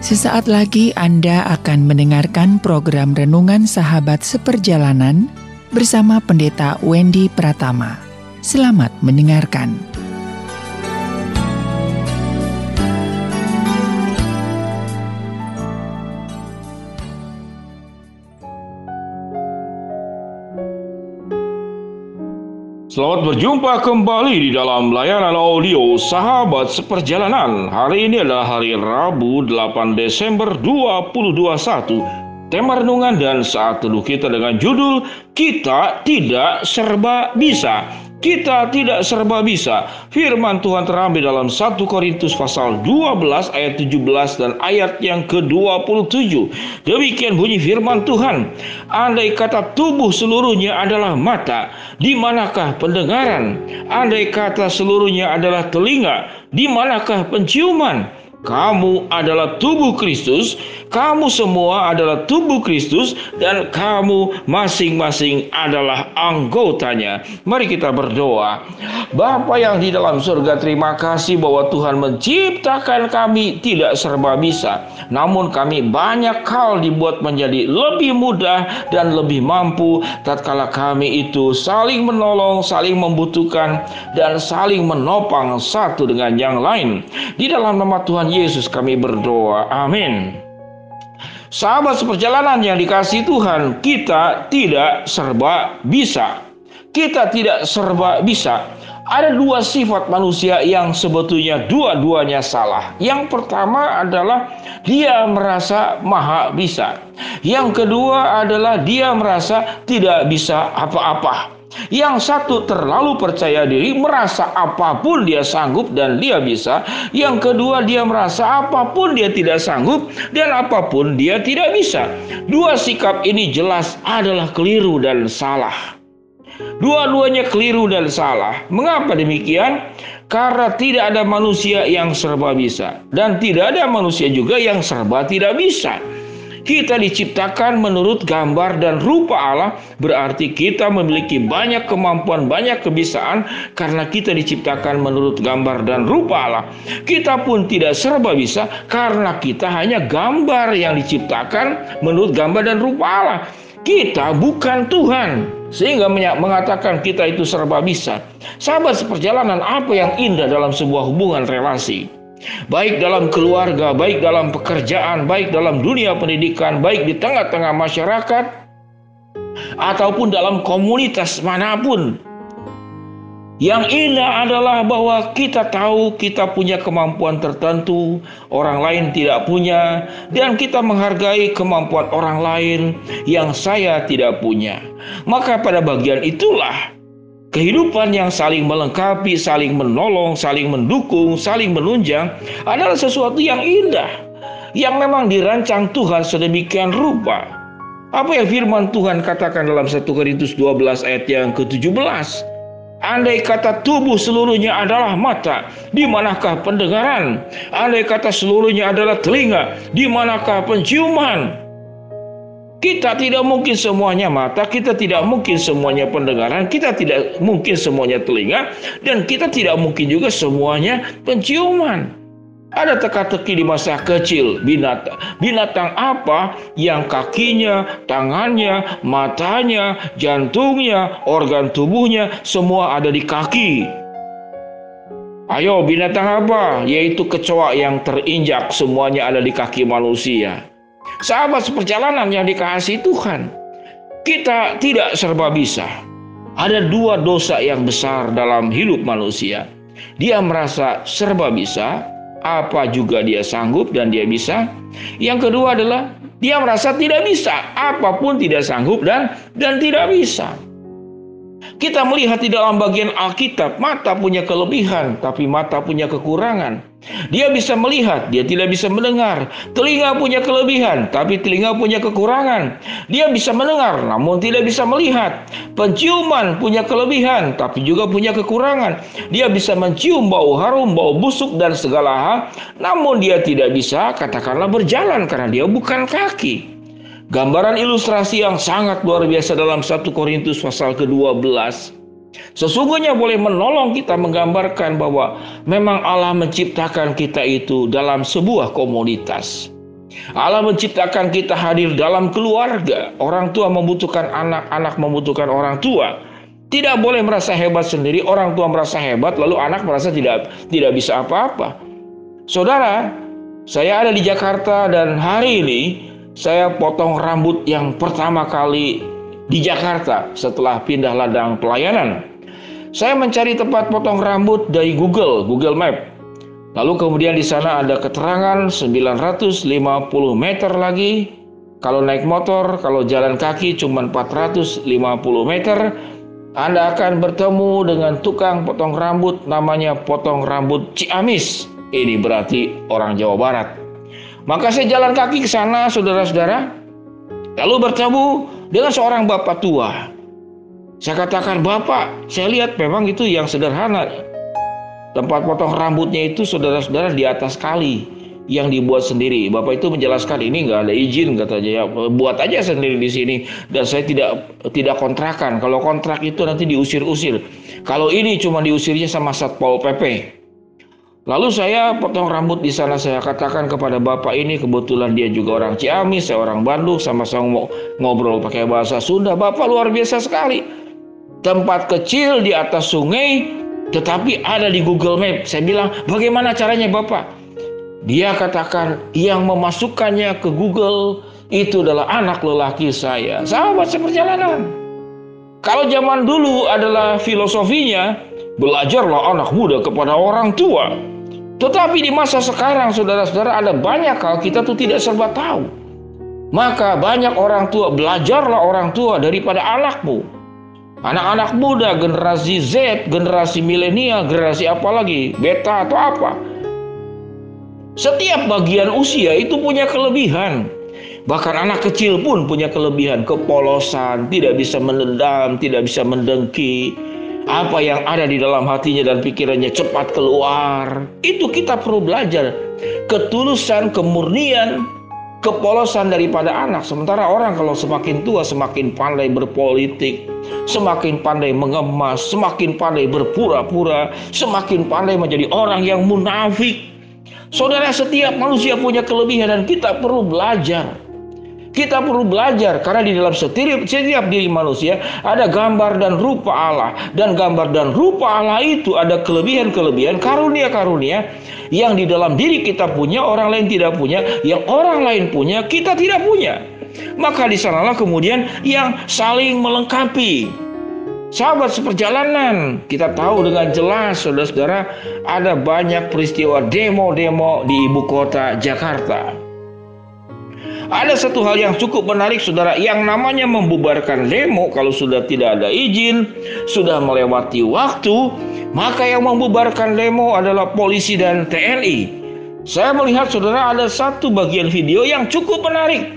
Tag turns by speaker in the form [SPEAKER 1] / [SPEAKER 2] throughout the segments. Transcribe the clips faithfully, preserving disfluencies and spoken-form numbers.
[SPEAKER 1] Sesaat lagi Anda akan mendengarkan program Renungan Sahabat Seperjalanan bersama Pendeta Wendy Pratama. Selamat mendengarkan.
[SPEAKER 2] Selamat berjumpa kembali di dalam layanan audio Sahabat Seperjalanan. Hari ini adalah hari Rabu delapan Desember dua ribu dua puluh satu. Tema renungan dan saat teduh kita dengan judul Kita Tidak Serba Bisa. Kita tidak serba bisa. Firman Tuhan terambil dalam satu Korintus pasal dua belas ayat tujuh belas dan ayat yang ke dua puluh tujuh. Demikian bunyi firman Tuhan. Andai kata tubuh seluruhnya adalah mata, di manakah pendengaran? Andai kata seluruhnya adalah telinga, di manakah penciuman? Kamu adalah tubuh Kristus, kamu semua adalah tubuh Kristus, dan kamu masing-masing adalah anggotanya. Mari kita berdoa. Bapa yang di dalam surga, terima kasih bahwa Tuhan menciptakan kami tidak serba bisa. Namun kami banyak hal dibuat menjadi lebih mudah dan lebih mampu tatkala kami itu saling menolong, saling membutuhkan, dan saling menopang satu dengan yang lain. Di dalam nama Tuhan Yesus kami berdoa, amin. Sahabat seperjalanan yang dikasihi Tuhan, kita tidak serba bisa. Kita tidak serba bisa. Ada dua sifat manusia yang sebetulnya dua-duanya salah. Yang pertama adalah dia merasa maha bisa. Yang kedua adalah dia merasa tidak bisa apa-apa. Yang satu terlalu percaya diri, merasa apapun dia sanggup dan dia bisa. Yang kedua dia merasa apapun dia tidak sanggup dan apapun dia tidak bisa. Dua sikap ini jelas adalah keliru dan salah. Dua-duanya keliru dan salah. Mengapa demikian? Karena tidak ada manusia yang serba bisa dan tidak ada manusia juga yang serba tidak bisa. Kita diciptakan menurut gambar dan rupa Allah, berarti kita memiliki banyak kemampuan, banyak kebisaan karena kita diciptakan menurut gambar dan rupa Allah. Kita pun tidak serba bisa karena kita hanya gambar yang diciptakan menurut gambar dan rupa Allah. Kita bukan Tuhan, sehingga mengatakan kita itu serba bisa. Sahabat seperjalanan, apa yang indah dalam sebuah hubungan relasi? Baik dalam keluarga, baik dalam pekerjaan, baik dalam dunia pendidikan, baik di tengah-tengah masyarakat, ataupun dalam komunitas manapun. Yang indah adalah bahwa kita tahu kita punya kemampuan tertentu, orang lain tidak punya, dan kita menghargai kemampuan orang lain yang saya tidak punya. Maka pada bagian itulah kehidupan yang saling melengkapi, saling menolong, saling mendukung, saling menunjang adalah sesuatu yang indah, yang memang dirancang Tuhan sedemikian rupa. Apa yang firman Tuhan katakan dalam satu Korintus dua belas ayat yang ke tujuh belas? Andai kata tubuh seluruhnya adalah mata, di manakah pendengaran? Andai kata seluruhnya adalah telinga, di manakah penciuman? Kita tidak mungkin semuanya mata, kita tidak mungkin semuanya pendengaran, kita tidak mungkin semuanya telinga, dan kita tidak mungkin juga semuanya penciuman. Ada teka-teki di masa kecil, binatang. Binatang apa yang kakinya, tangannya, matanya, jantungnya, organ tubuhnya semua ada di kaki? Ayo, binatang apa? Yaitu kecoa yang terinjak, semuanya ada di kaki manusia. Sahabat seperjalanan yang dikasihi Tuhan, kita tidak serba bisa. Ada dua dosa yang besar dalam hidup manusia. Dia merasa serba bisa, apa juga dia sanggup dan dia bisa. Yang kedua adalah dia merasa tidak bisa, apapun tidak sanggup dan dan tidak bisa. Kita melihat di dalam bagian Alkitab, mata punya kelebihan, tapi mata punya kekurangan. Dia bisa melihat, dia tidak bisa mendengar. Telinga punya kelebihan, tapi telinga punya kekurangan. Dia bisa mendengar, namun tidak bisa melihat. Penciuman punya kelebihan, tapi juga punya kekurangan. Dia bisa mencium bau harum, bau busuk, dan segala hal, namun dia tidak bisa, katakanlah, berjalan karena dia bukan kaki. Gambaran ilustrasi yang sangat luar biasa dalam satu Korintus pasal ke dua belas. Sesungguhnya boleh menolong kita menggambarkan bahwa memang Allah menciptakan kita itu dalam sebuah komunitas. Allah menciptakan kita hadir dalam keluarga. Orang tua membutuhkan anak, anak membutuhkan orang tua. Tidak boleh merasa hebat sendiri, orang tua merasa hebat, lalu anak merasa tidak tidak bisa apa-apa. Saudara, saya ada di Jakarta dan hari ini saya potong rambut yang pertama kali di Jakarta setelah pindah ladang pelayanan. Saya mencari tempat potong rambut dari Google, Google Map. Lalu kemudian di sana ada keterangan sembilan ratus lima puluh meter lagi. Kalau naik motor, kalau jalan kaki cuma empat ratus lima puluh meter. Anda akan bertemu dengan tukang potong rambut namanya potong rambut Ciamis. Ini berarti orang Jawa Barat. Maka saya jalan kaki ke sana, saudara-saudara. Lalu bertemu dengan seorang bapak tua. Saya katakan, "Bapak, saya lihat memang itu yang sederhana. Tempat potong rambutnya itu saudara-saudara di atas kali yang dibuat sendiri." Bapak itu menjelaskan, "Ini nggak ada izin," katanya, "ya, buat aja sendiri di sini dan saya tidak tidak kontrakan. Kalau kontrak itu nanti diusir-usir. Kalau ini cuma diusirnya sama Satpol P P." Lalu saya potong rambut di sana. Saya katakan kepada bapak ini, kebetulan dia juga orang Ciamis, saya orang Bandung, sama-sama ngobrol pakai bahasa Sunda. "Bapak luar biasa sekali. Tempat kecil di atas sungai, tetapi ada di Google Map." Saya bilang, "Bagaimana caranya Bapak?" Dia katakan, yang memasukkannya ke Google itu adalah anak lelaki saya. Sahabat seperjalanan. Kalau zaman dulu adalah filosofinya, belajarlah anak muda kepada orang tua. Tetapi di masa sekarang, saudara-saudara, ada banyak hal kita tuh tidak serba tahu. Maka banyak orang tua, belajarlah orang tua daripada anakmu. Anak-anak muda, generasi Z, generasi milenial, generasi apa lagi, beta atau apa. Setiap bagian usia itu punya kelebihan. Bahkan anak kecil pun punya kelebihan, kepolosan, tidak bisa menendam, tidak bisa mendengki. Apa yang ada di dalam hatinya dan pikirannya cepat keluar. Itu kita perlu belajar. Ketulusan, kemurnian, kepolosan daripada anak. Sementara orang kalau semakin tua semakin pandai berpolitik, semakin pandai mengemas, semakin pandai berpura-pura, semakin pandai menjadi orang yang munafik. Saudara, setiap manusia punya kelebihan dan kita perlu belajar. Kita perlu belajar karena di dalam setiap, setiap diri manusia ada gambar dan rupa Allah. Dan gambar dan rupa Allah itu ada kelebihan-kelebihan, karunia-karunia yang di dalam diri kita punya, orang lain tidak punya, yang orang lain punya, kita tidak punya. Maka di sanalah kemudian yang saling melengkapi. Sahabat seperjalanan, kita tahu dengan jelas, saudara-saudara, ada banyak peristiwa demo-demo di ibu kota Jakarta. Ada satu hal yang cukup menarik, saudara, yang namanya membubarkan demo. Kalau sudah tidak ada izin, sudah melewati waktu, maka yang membubarkan demo adalah polisi dan T N I. Saya melihat, saudara, ada satu bagian video yang cukup menarik.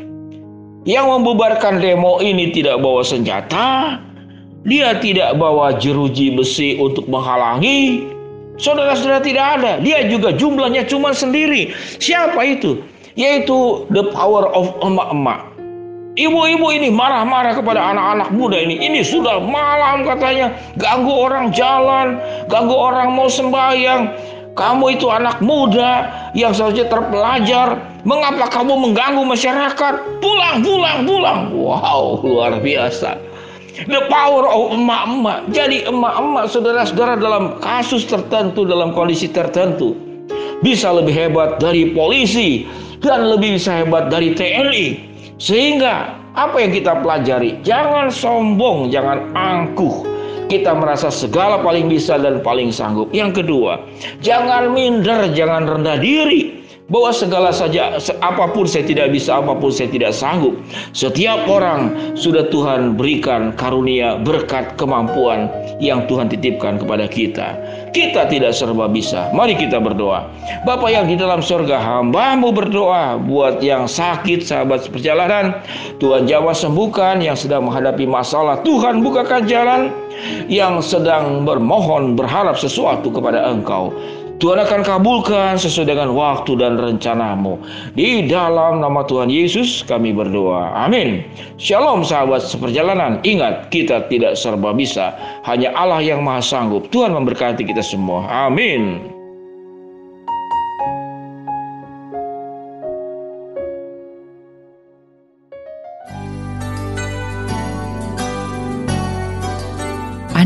[SPEAKER 2] Yang membubarkan demo ini tidak bawa senjata, dia tidak bawa jeruji besi untuk menghalangi. Saudara-saudara, tidak ada. Dia juga jumlahnya cuma sendiri. Siapa itu? Yaitu the power of emak-emak. Ibu-ibu ini marah-marah kepada anak-anak muda ini. Ini sudah malam katanya, ganggu orang jalan, ganggu orang mau sembahyang. Kamu itu anak muda yang seharusnya terpelajar. Mengapa kamu mengganggu masyarakat? Pulang, pulang, pulang. Wow, luar biasa. The power of emak-emak. Jadi emak-emak, saudara-saudara, dalam kasus tertentu, dalam kondisi tertentu, bisa lebih hebat dari polisi dan lebih bisa hebat dari T N I. Sehingga apa yang kita pelajari? Jangan sombong, jangan angkuh. Kita merasa segala paling bisa dan paling sanggup. Yang kedua, jangan minder, jangan rendah diri. Bahwa segala saja, apapun saya tidak bisa, apapun saya tidak sanggup. Setiap orang sudah Tuhan berikan karunia, berkat, kemampuan yang Tuhan titipkan kepada kita. Kita tidak serba bisa. Mari kita berdoa. Bapa yang di dalam surga, hamba-Mu berdoa buat yang sakit, sahabat seperjalanan. Tuhan jamah sembuhkan, yang sedang menghadapi masalah, Tuhan bukakan jalan. Yang sedang bermohon, berharap sesuatu kepada Engkau, Tuhan akan kabulkan sesuai dengan waktu dan rencana-Mu. Di dalam nama Tuhan Yesus kami berdoa. Amin. Shalom sahabat seperjalanan. Ingat, kita tidak serba bisa. Hanya Allah yang maha sanggup. Tuhan memberkati kita semua. Amin.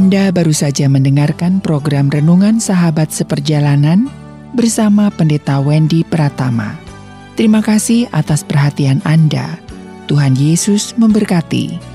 [SPEAKER 1] Anda baru saja mendengarkan program Renungan Sahabat Seperjalanan bersama Pendeta Wendy Pratama. Terima kasih atas perhatian Anda. Tuhan Yesus memberkati.